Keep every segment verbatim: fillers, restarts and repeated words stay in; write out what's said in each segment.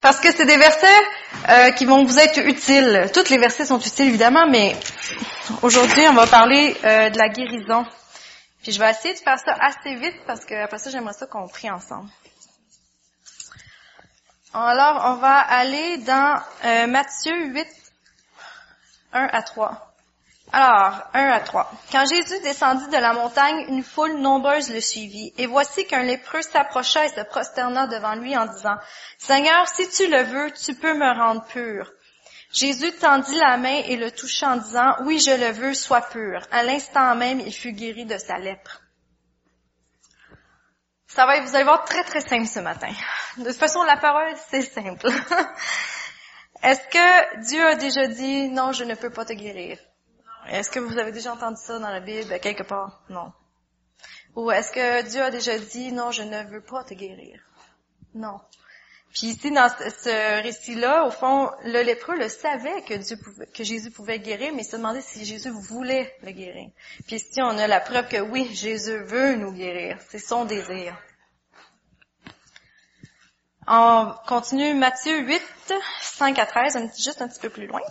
parce que c'est des versets euh, qui vont vous être utiles. Tous les versets sont utiles, évidemment, mais aujourd'hui, on va parler euh, de la guérison. Puis je vais essayer de faire ça assez vite, parce que après ça, j'aimerais ça qu'on prie ensemble. Alors, on va aller dans euh, Matthieu huit, un à trois. Alors, un à trois. Quand Jésus descendit de la montagne, une foule nombreuse le suivit. Et voici qu'un lépreux s'approcha et se prosterna devant lui en disant, « Seigneur, si tu le veux, tu peux me rendre pur. » Jésus tendit la main et le toucha en disant, « Oui, je le veux, sois pur. » À l'instant même, il fut guéri de sa lèpre. Ça va être, vous allez voir, très très simple ce matin. De toute façon, la parole, c'est simple. Est-ce que Dieu a déjà dit, « Non, je ne peux pas te guérir » ? Est-ce que vous avez déjà entendu ça dans la Bible, quelque part? Non. Ou est-ce que Dieu a déjà dit, non, je ne veux pas te guérir? Non. Puis ici, dans ce récit-là, au fond, le lépreux le savait que Dieu pouvait, que Jésus pouvait guérir, mais il se demandait si Jésus voulait le guérir. Puis ici, on a la preuve que oui, Jésus veut nous guérir. C'est son désir. On continue Matthieu huit, cinq à treize, juste un petit peu plus loin.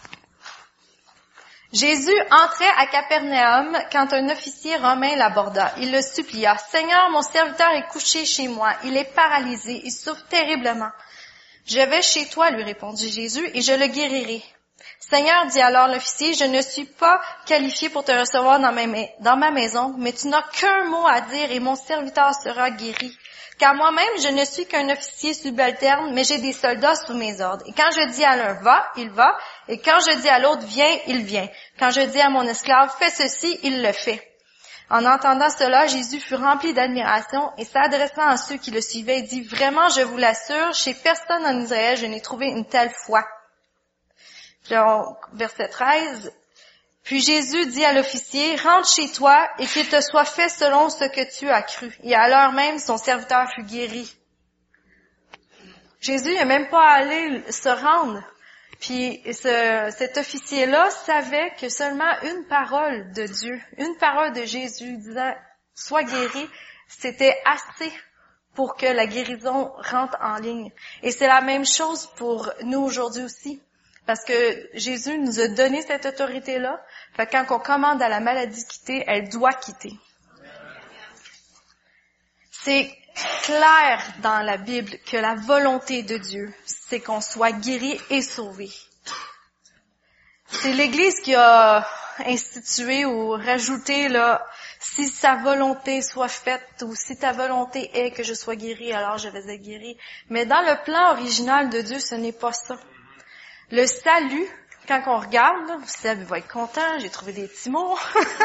Jésus entrait à Capernaum quand un officier romain l'aborda. Il le supplia. « Seigneur, mon serviteur est couché chez moi. Il est paralysé. Il souffre terriblement. »« Je vais chez toi, lui répondit Jésus, et je le guérirai. »« Seigneur, dit alors l'officier, je ne suis pas qualifié pour te recevoir dans ma, dans ma maison, mais tu n'as qu'un mot à dire et mon serviteur sera guéri. Car moi-même, je ne suis qu'un officier subalterne, mais j'ai des soldats sous mes ordres. Et quand je dis à l'un, va, il va. Et quand je dis à l'autre, viens, il vient. Quand je dis à mon esclave, fais ceci, il le fait. » En entendant cela, Jésus fut rempli d'admiration et s'adressant à ceux qui le suivaient, il dit, « Vraiment, je vous l'assure, chez personne en Israël, je n'ai trouvé une telle foi. » Puis, verset treize. Puis Jésus dit à l'officier, « Rentre chez toi et qu'il te soit fait selon ce que tu as cru. » Et à l'heure même, son serviteur fut guéri. Jésus n'est même pas allé se rendre. Puis ce, cet officier-là savait que seulement une parole de Dieu, une parole de Jésus disant « Sois guéri », c'était assez pour que la guérison rentre en ligne. Et c'est la même chose pour nous aujourd'hui aussi. Parce que Jésus nous a donné cette autorité-là. Fait que quand on commande à la maladie de quitter, elle doit quitter. C'est clair dans la Bible que la volonté de Dieu, c'est qu'on soit guéri et sauvé. C'est l'Église qui a institué ou rajouté, là, si sa volonté soit faite ou si ta volonté est que je sois guéri, alors je vais être guéri. Mais dans le plan original de Dieu, ce n'est pas ça. Le salut, quand on regarde, là, vous va être content, j'ai trouvé des petits mots.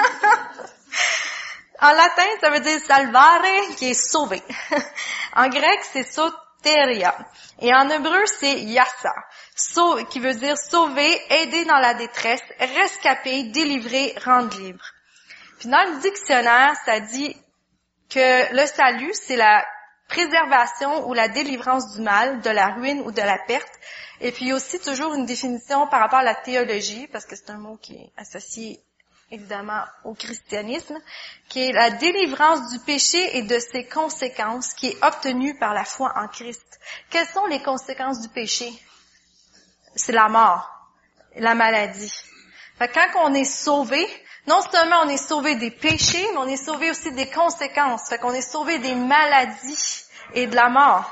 En latin, ça veut dire salvare, qui est sauvé. En grec, c'est soteria. Et en hébreu, c'est yassa, Sau- qui veut dire sauver, aider dans la détresse, rescaper, délivrer, rendre libre. Puis dans le dictionnaire, ça dit que le salut, c'est la préservation ou la délivrance du mal, de la ruine ou de la perte. Et puis aussi toujours une définition par rapport à la théologie, parce que c'est un mot qui est associé évidemment au christianisme, qui est la délivrance du péché et de ses conséquences, qui est obtenue par la foi en Christ. Quelles sont les conséquences du péché? C'est la mort, la maladie. Fait que quand on est sauvé, non seulement on est sauvé des péchés, mais on est sauvé aussi des conséquences. Fait qu'on est sauvé des maladies et de la mort.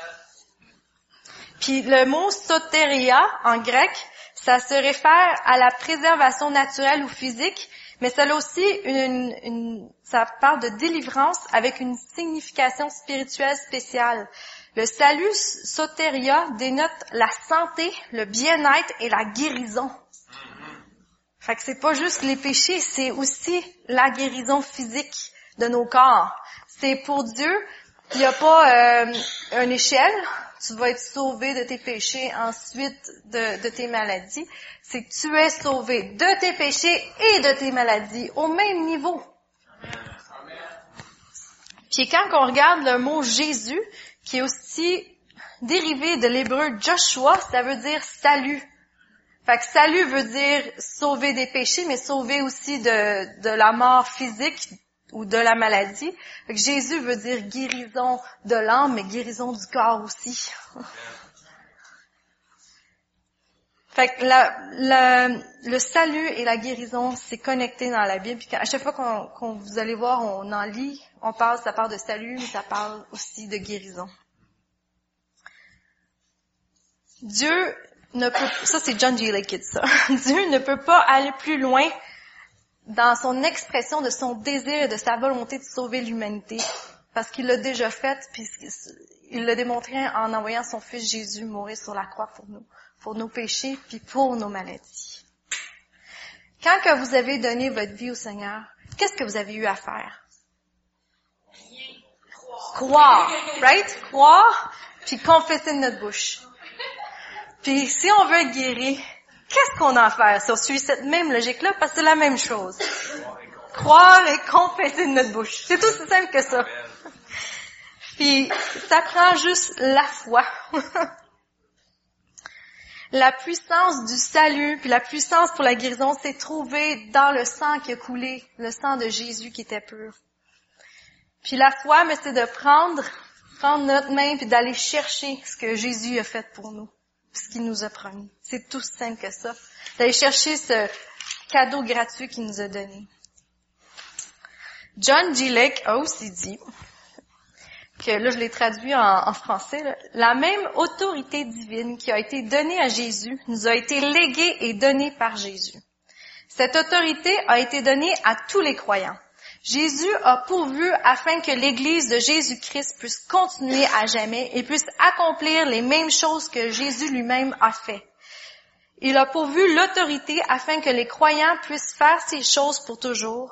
Puis le mot soteria en grec, ça se réfère à la préservation naturelle ou physique, mais ça a aussi une, une, ça parle de délivrance avec une signification spirituelle spéciale. Le salut soteria dénote la santé, le bien-être et la guérison. Fait que c'est pas juste les péchés, c'est aussi la guérison physique de nos corps. C'est pour Dieu, il n'y a pas euh, une échelle. Tu vas être sauvé de tes péchés, ensuite de, de tes maladies. C'est que tu es sauvé de tes péchés et de tes maladies au même niveau. Puis quand on regarde le mot Jésus, qui est aussi dérivé de l'hébreu Joshua, ça veut dire salut. Fait que salut veut dire sauver des péchés, mais sauver aussi de, de la mort physique ou de la maladie. Fait que Jésus veut dire guérison de l'âme, mais guérison du corps aussi. Fait que la, la, le salut et la guérison, c'est connecté dans la Bible. Puis quand, à chaque fois qu'on, qu'on vous allez voir, on en lit, on parle, ça parle de salut, mais ça parle aussi de guérison. Dieu ne peut, ça c'est John G. Lake qui dit ça. Dieu ne peut pas aller plus loin dans son expression de son désir et de sa volonté de sauver l'humanité, parce qu'il l'a déjà fait, puis il l'a démontré en envoyant son fils Jésus mourir sur la croix pour nous, pour nos péchés, puis pour nos maladies. Quand que vous avez donné votre vie au Seigneur, qu'est-ce que vous avez eu à faire? Croire, right? Croire, puis confesser de notre bouche. Puis si on veut être guéri, qu'est-ce qu'on a à faire? Si on suit cette même logique-là, parce que c'est la même chose. Croire et confesser de notre bouche. C'est tout aussi simple que ça. Puis ça prend juste la foi. La puissance du salut, puis la puissance pour la guérison, s'est trouvée dans le sang qui a coulé, le sang de Jésus qui était pur. Puis la foi, mais c'est de prendre, prendre notre main puis d'aller chercher ce que Jésus a fait pour nous. Ce qu'il nous a promis. C'est tout simple que ça. D'aller chercher ce cadeau gratuit qu'il nous a donné. John G. Lake a aussi dit, que là je l'ai traduit en, en français, là, la même autorité divine qui a été donnée à Jésus nous a été léguée et donnée par Jésus. Cette autorité a été donnée à tous les croyants. Jésus a pourvu afin que l'Église de Jésus-Christ puisse continuer à jamais et puisse accomplir les mêmes choses que Jésus lui-même a fait. Il a pourvu l'autorité afin que les croyants puissent faire ces choses pour toujours.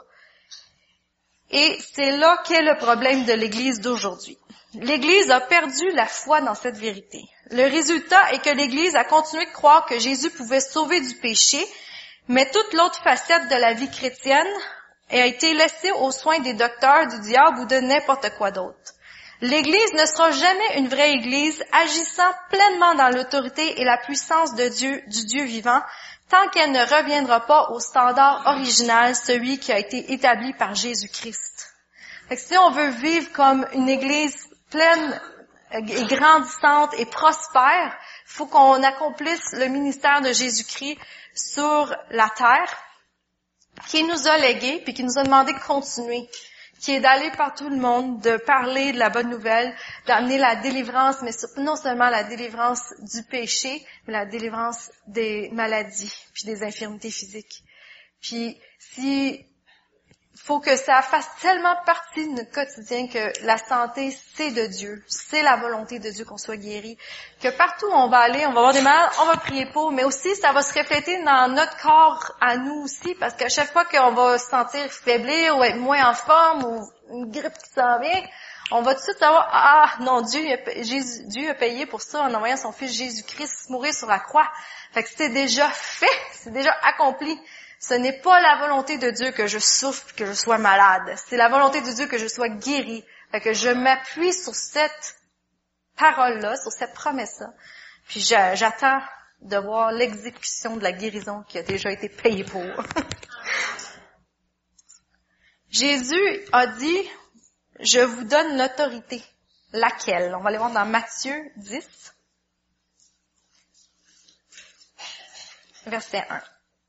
Et c'est là qu'est le problème de l'Église d'aujourd'hui. L'Église a perdu la foi dans cette vérité. Le résultat est que l'Église a continué de croire que Jésus pouvait sauver du péché, mais toute l'autre facette de la vie chrétienne a été laissée aux soins des docteurs, du diable ou de n'importe quoi d'autre. L'Église ne sera jamais une vraie Église agissant pleinement dans l'autorité et la puissance de Dieu, du Dieu vivant, tant qu'elle ne reviendra pas au standard original, celui qui a été établi par Jésus-Christ. Fait que si on veut vivre comme une Église pleine et grandissante et prospère, il faut qu'on accomplisse le ministère de Jésus-Christ sur la terre, qui nous a légué, puis qui nous a demandé de continuer, qui est d'aller par tout le monde, de parler de la bonne nouvelle, d'amener la délivrance, mais non seulement la délivrance du péché, mais la délivrance des maladies, puis des infirmités physiques. Puis, si, faut que ça fasse tellement partie de notre quotidien que la santé, c'est de Dieu, c'est la volonté de Dieu qu'on soit guéri, que partout où on va aller, on va avoir des malades, on va prier pour, mais aussi ça va se refléter dans notre corps à nous aussi, parce qu'à chaque fois qu'on va se sentir faiblir ou être moins en forme ou une grippe qui s'en vient, on va tout de suite savoir, ah non, Dieu a, Jésus, Dieu a payé pour ça en envoyant son fils Jésus-Christ mourir sur la croix. Fait que c'est déjà fait, c'est déjà accompli. Ce n'est pas la volonté de Dieu que je souffre, que je sois malade. C'est la volonté de Dieu que je sois guéri. Fait que je m'appuie sur cette parole-là, sur cette promesse-là. Puis j'attends de voir l'exécution de la guérison qui a déjà été payée pour. Jésus a dit, je vous donne l'autorité. Laquelle? On va aller voir dans Matthieu dix, verset un.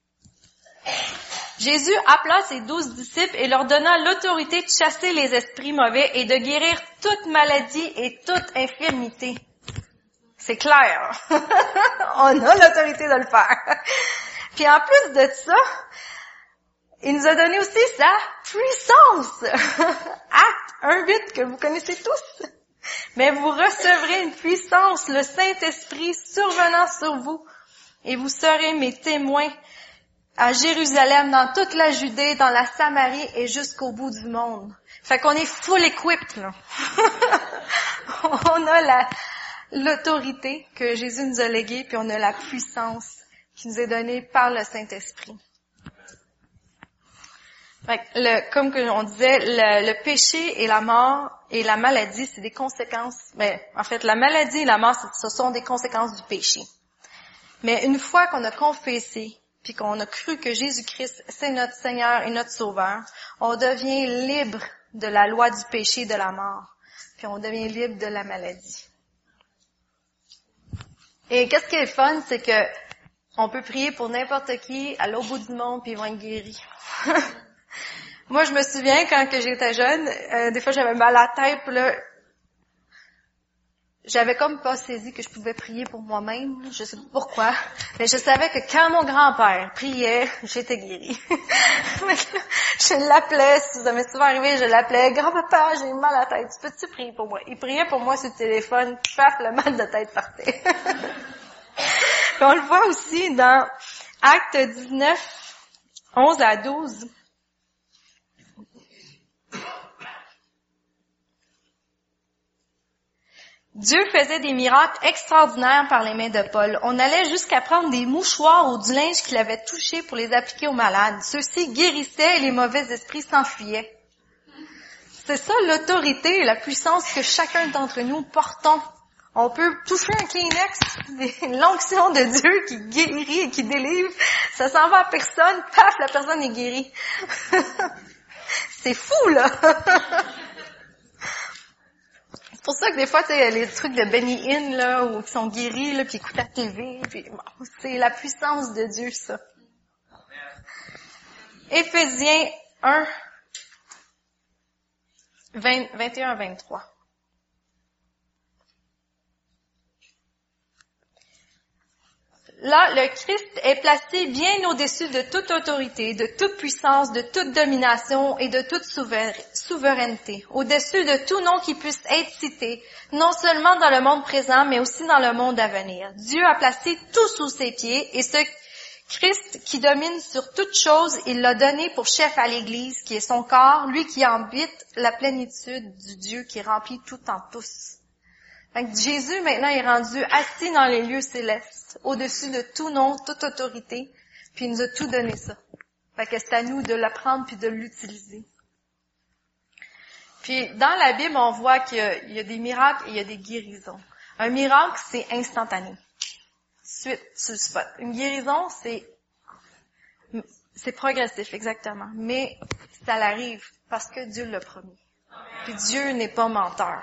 Jésus appela ses douze disciples et leur donna l'autorité de chasser les esprits mauvais et de guérir toute maladie et toute infirmité. C'est clair. On a l'autorité de le faire. Puis en plus de ça, il nous a donné aussi sa puissance. Acte un huit que vous connaissez tous. Mais vous recevrez une puissance, le Saint-Esprit survenant sur vous, et vous serez mes témoins à Jérusalem, dans toute la Judée, dans la Samarie et jusqu'au bout du monde. Fait qu'on est full equipped, là. On a la, l'autorité que Jésus nous a léguée, puis on a la puissance qui nous est donnée par le Saint-Esprit. Fait que le, comme on disait, le, le péché et la mort et la maladie, c'est des conséquences, mais en fait, la maladie et la mort, ce sont des conséquences du péché. Mais une fois qu'on a confessé, puis qu'on a cru que Jésus-Christ, c'est notre Seigneur et notre Sauveur, on devient libre de la loi du péché et de la mort. Puis on devient libre de la maladie. Et qu'est-ce qui est fun, c'est que On peut prier pour n'importe qui à l'autre bout du monde, puis ils vont être guéris. Moi, je me souviens, quand que j'étais jeune, euh, des fois, j'avais mal à la tête, puis là, j'avais comme pas saisi que je pouvais prier pour moi-même. Je sais pas pourquoi. Mais je savais que quand mon grand-père priait, j'étais guérie. Je l'appelais, ça m'est souvent arrivé, je l'appelais, grand-papa, j'ai mal à la tête, peux-tu prier pour moi? Il priait pour moi sur le téléphone, paf, le mal de tête partait. Puis on le voit aussi dans Actes dix-neuf, onze à douze. Dieu faisait des miracles extraordinaires par les mains de Paul. On allait jusqu'à prendre des mouchoirs ou du linge qu'il avait touché pour les appliquer aux malades. Ceux-ci guérissaient et les mauvais esprits s'enfuyaient. C'est ça l'autorité et la puissance que chacun d'entre nous portons. On peut toucher un Kleenex, l'onction de Dieu qui guérit et qui délivre. Ça s'en va à personne, paf, la personne est guérie. C'est fou, là! C'est pour ça que des fois, tu sais, les trucs de Benny Hinn, là, où ils sont guéris, là, puis ils écoutent la T V, puis bon, c'est la puissance de Dieu, ça. Éphésiens un, vingt, vingt et un à vingt-trois. Là, le Christ est placé bien au-dessus de toute autorité, de toute puissance, de toute domination et de toute souveraineté, au-dessus de tout nom qui puisse être cité, non seulement dans le monde présent, mais aussi dans le monde à venir. Dieu a placé tout sous ses pieds et ce Christ qui domine sur toute chose, il l'a donné pour chef à l'Église, qui est son corps, lui qui habite la plénitude du Dieu qui remplit tout en tous. Donc, Jésus, maintenant, est rendu assis dans les lieux célestes, au-dessus de tout nom, toute autorité, puis il nous a tout donné ça. Fait que c'est à nous de l'apprendre puis de l'utiliser. Puis, dans la Bible, on voit qu'il y a, il y a des miracles et il y a des guérisons. Un miracle, c'est instantané. Suite, sur le spot. Une guérison, c'est, c'est progressif, exactement. Mais ça arrive parce que Dieu l'a promis. Puis Dieu n'est pas menteur.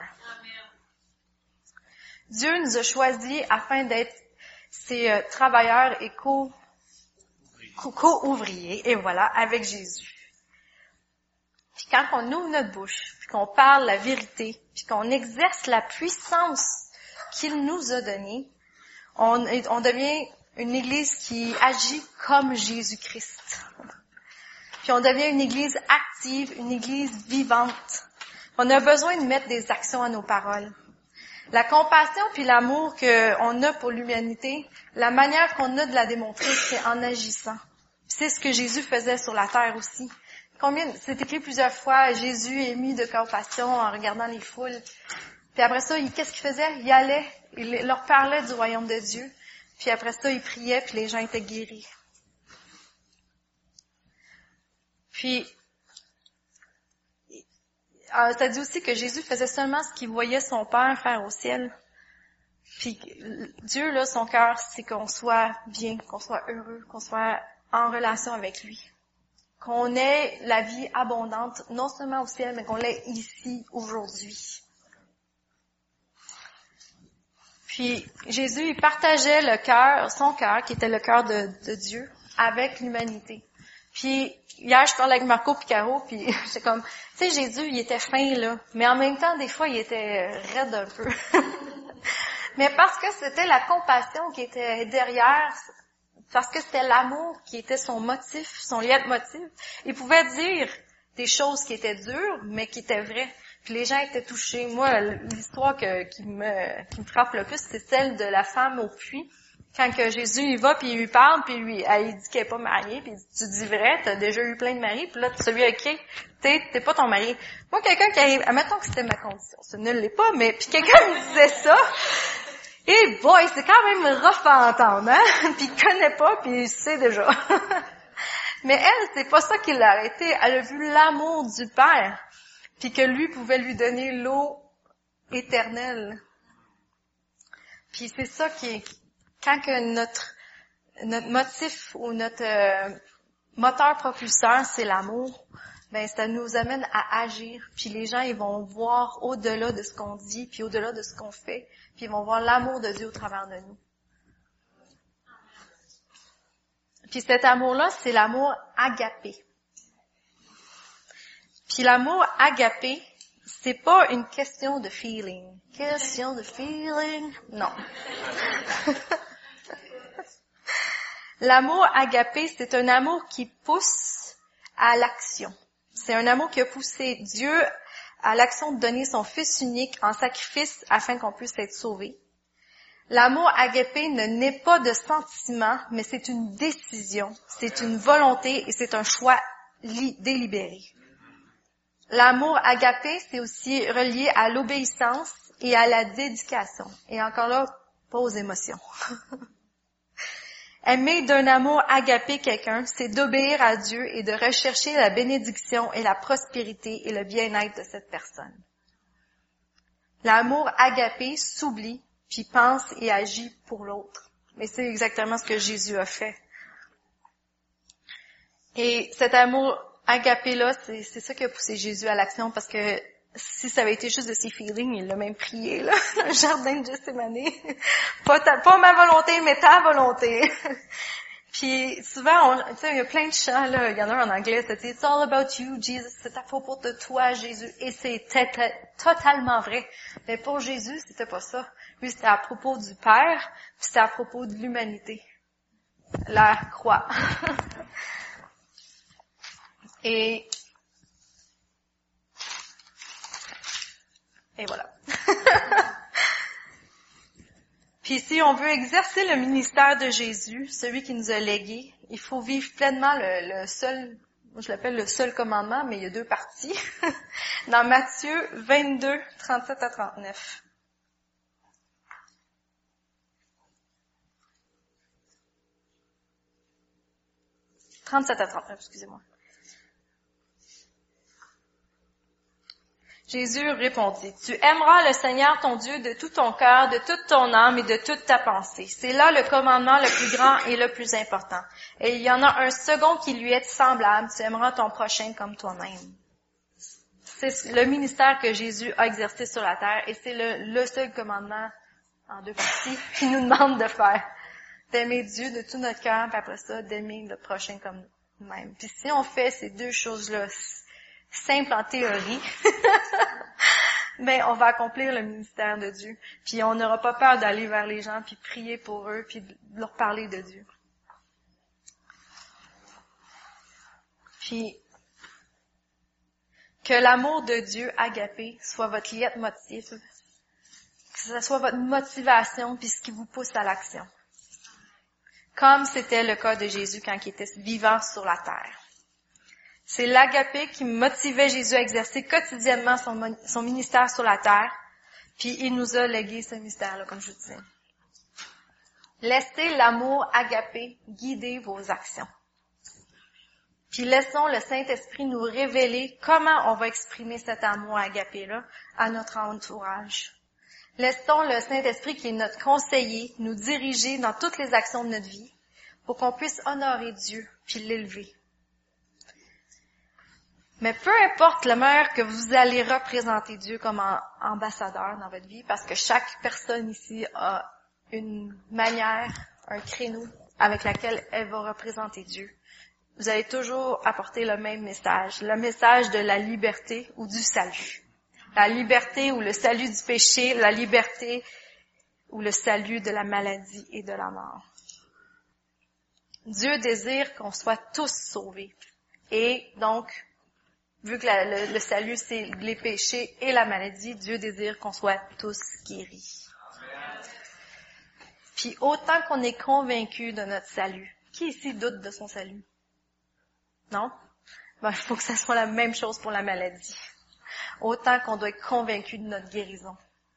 Dieu nous a choisis afin d'être ses euh, travailleurs et co, co, co-ouvriers, et voilà, avec Jésus. Puis quand on ouvre notre bouche, puis qu'on parle la vérité, puis qu'on exerce la puissance qu'il nous a donnée, on, on devient une Église qui agit comme Jésus-Christ. Puis on devient une Église active, une Église vivante. On a besoin de mettre des actions à nos paroles. La compassion puis l'amour qu'on a pour l'humanité, la manière qu'on a de la démontrer, c'est en agissant. C'est ce que Jésus faisait sur la terre aussi. Combien, c'est écrit plusieurs fois, Jésus est ému de compassion en regardant les foules. Puis après ça, il, qu'est-ce qu'il faisait? Il allait, il leur parlait du royaume de Dieu. Puis après ça, il priait, puis les gens étaient guéris. Puis, Euh, ça dit aussi que Jésus faisait seulement ce qu'il voyait son Père faire au ciel. Puis Dieu, là, son cœur, c'est qu'on soit bien, qu'on soit heureux, qu'on soit en relation avec lui. Qu'on ait la vie abondante, non seulement au ciel, mais qu'on l'ait ici, aujourd'hui. Puis Jésus, il partageait le cœur, son cœur, qui était le cœur de, de Dieu, avec l'humanité. Puis hier, je parlais avec Marco Picaro, puis j'étais comme, tu sais, Jésus, il était fin, là, mais en même temps, des fois, il était raide un peu. Mais parce que c'était la compassion qui était derrière, parce que c'était l'amour qui était son motif, son leitmotiv, il pouvait dire des choses qui étaient dures, mais qui étaient vraies. Puis les gens étaient touchés. Moi, l'histoire que, qui me, qui me frappe le plus, c'est celle de la femme au puits. Quand que Jésus il va, puis il lui parle, puis lui, elle, il dit qu'elle est pas mariée, puis il dit, tu dis vrai, t'as déjà eu plein de maris, puis là, celui avec qui t'es, t'es pas ton mari. Moi, quelqu'un qui arrive, admettons que c'était ma condition, ça ne l'est pas, mais puis quelqu'un me disait ça, et boy, c'est quand même rough à entendre, hein, puis il connaît pas, puis il sait déjà. Mais elle, c'est pas ça qui l'a arrêté, elle a vu l'amour du Père, puis que lui pouvait lui donner l'eau éternelle. Puis c'est ça qui est... Quand que notre notre motif ou notre euh, moteur propulseur, c'est l'amour, ben ça nous amène à agir. Puis les gens, ils vont voir au-delà de ce qu'on dit, puis au-delà de ce qu'on fait, puis ils vont voir l'amour de Dieu au travers de nous. Puis cet amour-là, c'est l'amour agapé. Puis l'amour agapé, c'est pas une question de feeling. Question de feeling? Non. L'amour agapé, c'est un amour qui pousse à l'action. C'est un amour qui a poussé Dieu à l'action de donner son Fils unique en sacrifice afin qu'on puisse être sauvé. L'amour agapé ne naît pas de sentiment, mais c'est une décision, c'est une volonté et c'est un choix li- délibéré. L'amour agapé, c'est aussi relié à l'obéissance et à la dédication. Et encore là, pas aux émotions. Aimer d'un amour agapé quelqu'un, c'est d'obéir à Dieu et de rechercher la bénédiction et la prospérité et le bien-être de cette personne. L'amour agapé s'oublie, puis pense et agit pour l'autre. Mais c'est exactement ce que Jésus a fait. Et cet amour agapé-là, c'est, c'est ça qui a poussé Jésus à l'action, parce que si ça avait été juste de ses feelings, il l'a même prié, là, dans le jardin de Gethsémane. Pas, ta, pas ma volonté, mais ta volonté. Puis souvent, tu sais, il y a plein de chants, là, il y en a un en anglais, c'est « It's all about you, Jesus », c'est à propos de toi, Jésus, et c'est t- t- totalement vrai. Mais pour Jésus, c'était pas ça. Lui, c'était à propos du Père, puis c'était à propos de l'humanité. La croix. Et Et voilà. Puis si on veut exercer le ministère de Jésus, celui qui nous a légué, il faut vivre pleinement le, le seul, moi je l'appelle le seul commandement, mais il y a deux parties. Dans Matthieu vingt-deux, trente-sept à trente-neuf. trente-sept à trente-neuf, excusez-moi. Jésus répondit, « Tu aimeras le Seigneur ton Dieu de tout ton cœur, de toute ton âme et de toute ta pensée. C'est là le commandement le plus grand et le plus important. Et il y en a un second qui lui est semblable, tu aimeras ton prochain comme toi-même. » C'est le ministère que Jésus a exercé sur la terre et c'est le, le seul commandement en deux parties qu'il nous demande de faire. D'aimer Dieu de tout notre cœur, puis après ça, d'aimer le prochain comme nous-mêmes. Puis si on fait ces deux choses-là, simple en théorie, mais on va accomplir le ministère de Dieu. Puis on n'aura pas peur d'aller vers les gens, puis prier pour eux, puis de leur parler de Dieu. Puis que l'amour de Dieu agapé soit votre leitmotiv, que ce soit votre motivation, puis ce qui vous pousse à l'action. Comme c'était le cas de Jésus quand il était vivant sur la terre. C'est l'agapé qui motivait Jésus à exercer quotidiennement son, son ministère sur la terre, puis il nous a légué ce mystère-là, comme je vous disais. Laissez l'amour agapé guider vos actions. Puis laissons le Saint-Esprit nous révéler comment on va exprimer cet amour agapé-là à notre entourage. Laissons le Saint-Esprit, qui est notre conseiller, nous diriger dans toutes les actions de notre vie pour qu'on puisse honorer Dieu puis l'élever. Mais peu importe le manière que vous allez représenter Dieu comme ambassadeur dans votre vie, parce que chaque personne ici a une manière, un créneau avec laquelle elle va représenter Dieu. Vous allez toujours apporter le même message, le message de la liberté ou du salut. La liberté ou le salut du péché, la liberté ou le salut de la maladie et de la mort. Dieu désire qu'on soit tous sauvés. Et donc, vu que la, le, le salut, c'est les péchés et la maladie, Dieu désire qu'on soit tous guéris. Puis autant qu'on est convaincu de notre salut, qui ici doute de son salut? Non? Ben, il faut que ça soit la même chose pour la maladie. Autant qu'on doit être convaincu de notre guérison.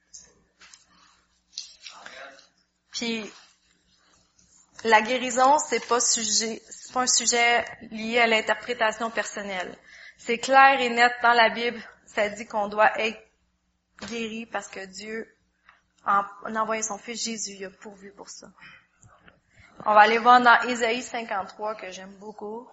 Puis, la guérison, c'est pas sujet, c'est pas un sujet lié à l'interprétation personnelle. C'est clair et net dans la Bible, ça dit qu'on doit être guéri parce que Dieu, en, en envoyant son Fils Jésus, il a pourvu pour ça. On va aller voir dans Ésaïe cinquante-trois, que j'aime beaucoup.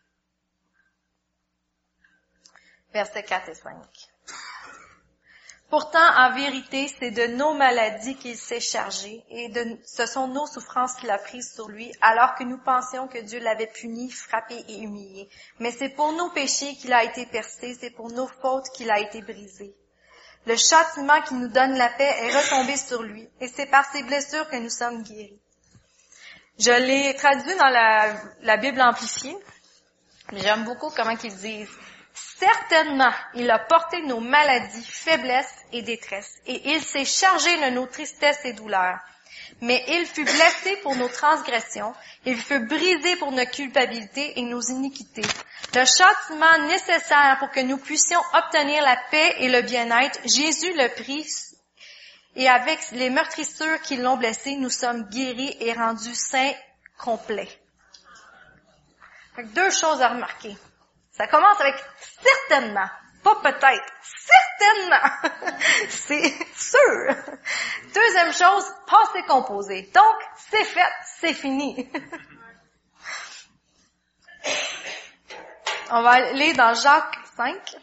Versets quatre et cinq. Pourtant, en vérité, c'est de nos maladies qu'il s'est chargé et de, ce sont nos souffrances qu'il a prises sur lui, alors que nous pensions que Dieu l'avait puni, frappé et humilié. Mais c'est pour nos péchés qu'il a été percé, c'est pour nos fautes qu'il a été brisé. Le châtiment qui nous donne la paix est retombé sur lui, et c'est par ses blessures que nous sommes guéris. Je l'ai traduit dans la, la Bible amplifiée. J'aime beaucoup comment ils disent. Certainement, il a porté nos maladies, faiblesses et détresses, et il s'est chargé de nos tristesses et douleurs. Mais il fut blessé pour nos transgressions, il fut brisé pour nos culpabilités et nos iniquités. Le châtiment nécessaire pour que nous puissions obtenir la paix et le bien-être, Jésus le prit, et avec les meurtrissures qui l'ont blessé, nous sommes guéris et rendus saints complets. Donc, deux choses à remarquer. Ça commence avec certainement, pas peut-être, certainement. C'est sûr. Deuxième chose, passé composé. Donc, c'est fait, c'est fini. On va aller dans Jacques cinq.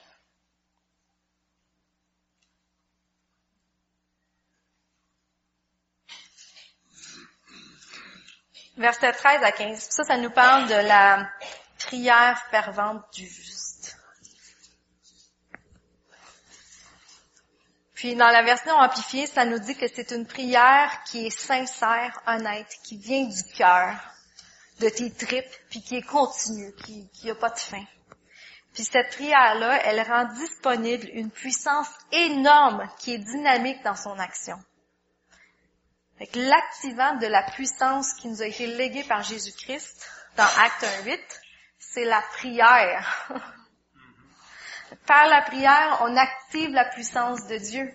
Versets treize à quinze. Ça, ça nous parle de la prière fervente du juste. Puis dans la version amplifiée, ça nous dit que c'est une prière qui est sincère, honnête, qui vient du cœur, de tes tripes, puis qui est continue, qui qui a pas de fin. Puis cette prière-là, elle rend disponible une puissance énorme qui est dynamique dans son action. Fait que l'activant de la puissance qui nous a été léguée par Jésus-Christ dans Acte un huit, c'est la prière. Par la prière, on active la puissance de Dieu.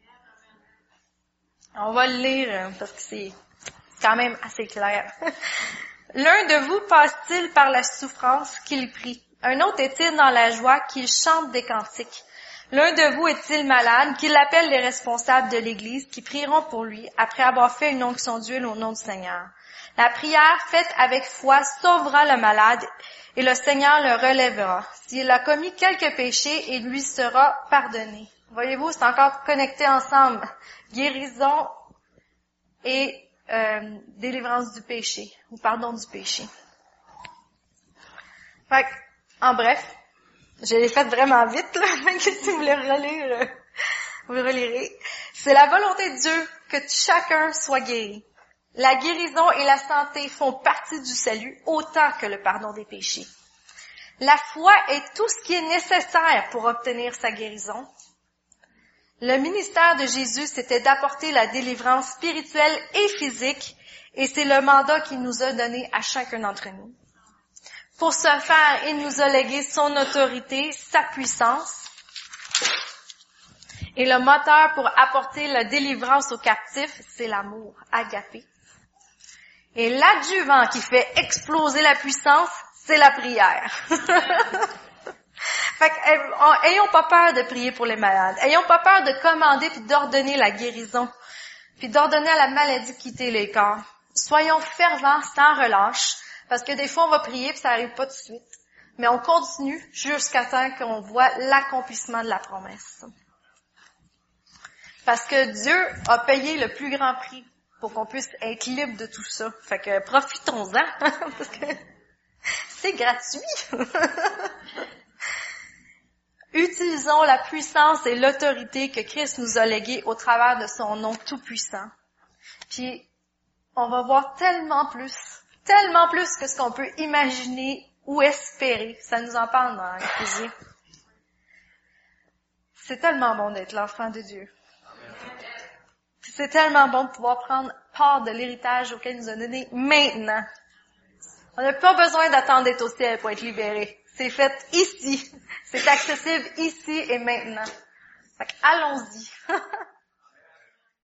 On va le lire parce que c'est quand même assez clair. L'un de vous passe-t-il par la souffrance qu'il prie? Un autre est-il dans la joie qu'il chante des cantiques? L'un de vous est-il malade, qu'il appelle les responsables de l'Église, qui prieront pour lui, après avoir fait une onction d'huile au nom du Seigneur. La prière faite avec foi sauvera le malade, et le Seigneur le relèvera. S'il a commis quelques péchés, il lui sera pardonné. Voyez-vous, c'est encore connecté ensemble. Guérison et euh, délivrance du péché, ou pardon du péché. Fait que, en bref, je l'ai fait vraiment vite, là, même que si vous voulez relire, euh, vous relirez. C'est la volonté de Dieu que chacun soit guéri. La guérison et la santé font partie du salut autant que le pardon des péchés. La foi est tout ce qui est nécessaire pour obtenir sa guérison. Le ministère de Jésus, c'était d'apporter la délivrance spirituelle et physique, et c'est le mandat qu'il nous a donné à chacun d'entre nous. Pour ce faire, il nous a légué son autorité, sa puissance, et le moteur pour apporter la délivrance aux captifs, c'est l'amour, agapé. Et l'adjuvant qui fait exploser la puissance, c'est la prière. Fait que, ayons pas peur de prier pour les malades. Ayons pas peur de commander puis d'ordonner la guérison, puis d'ordonner à la maladie de quitter les corps. Soyons fervents sans relâche, parce que des fois on va prier puis ça arrive pas tout de suite. Mais on continue jusqu'à temps qu'on voit l'accomplissement de la promesse. Parce que Dieu a payé le plus grand prix pour qu'on puisse être libre de tout ça. Fait que profitons-en, parce que c'est gratuit. Utilisons la puissance et l'autorité que Christ nous a léguée au travers de son nom tout-puissant. Puis, on va voir tellement plus, tellement plus que ce qu'on peut imaginer ou espérer. Ça nous en parle dans l'Éphésiens. C'est tellement bon d'être l'enfant de Dieu. Puis c'est tellement bon de pouvoir prendre part de l'héritage auquel il nous a donné maintenant. On n'a pas besoin d'attendre d'être au ciel pour être libéré. C'est fait ici. C'est accessible ici et maintenant. Fait que allons-y.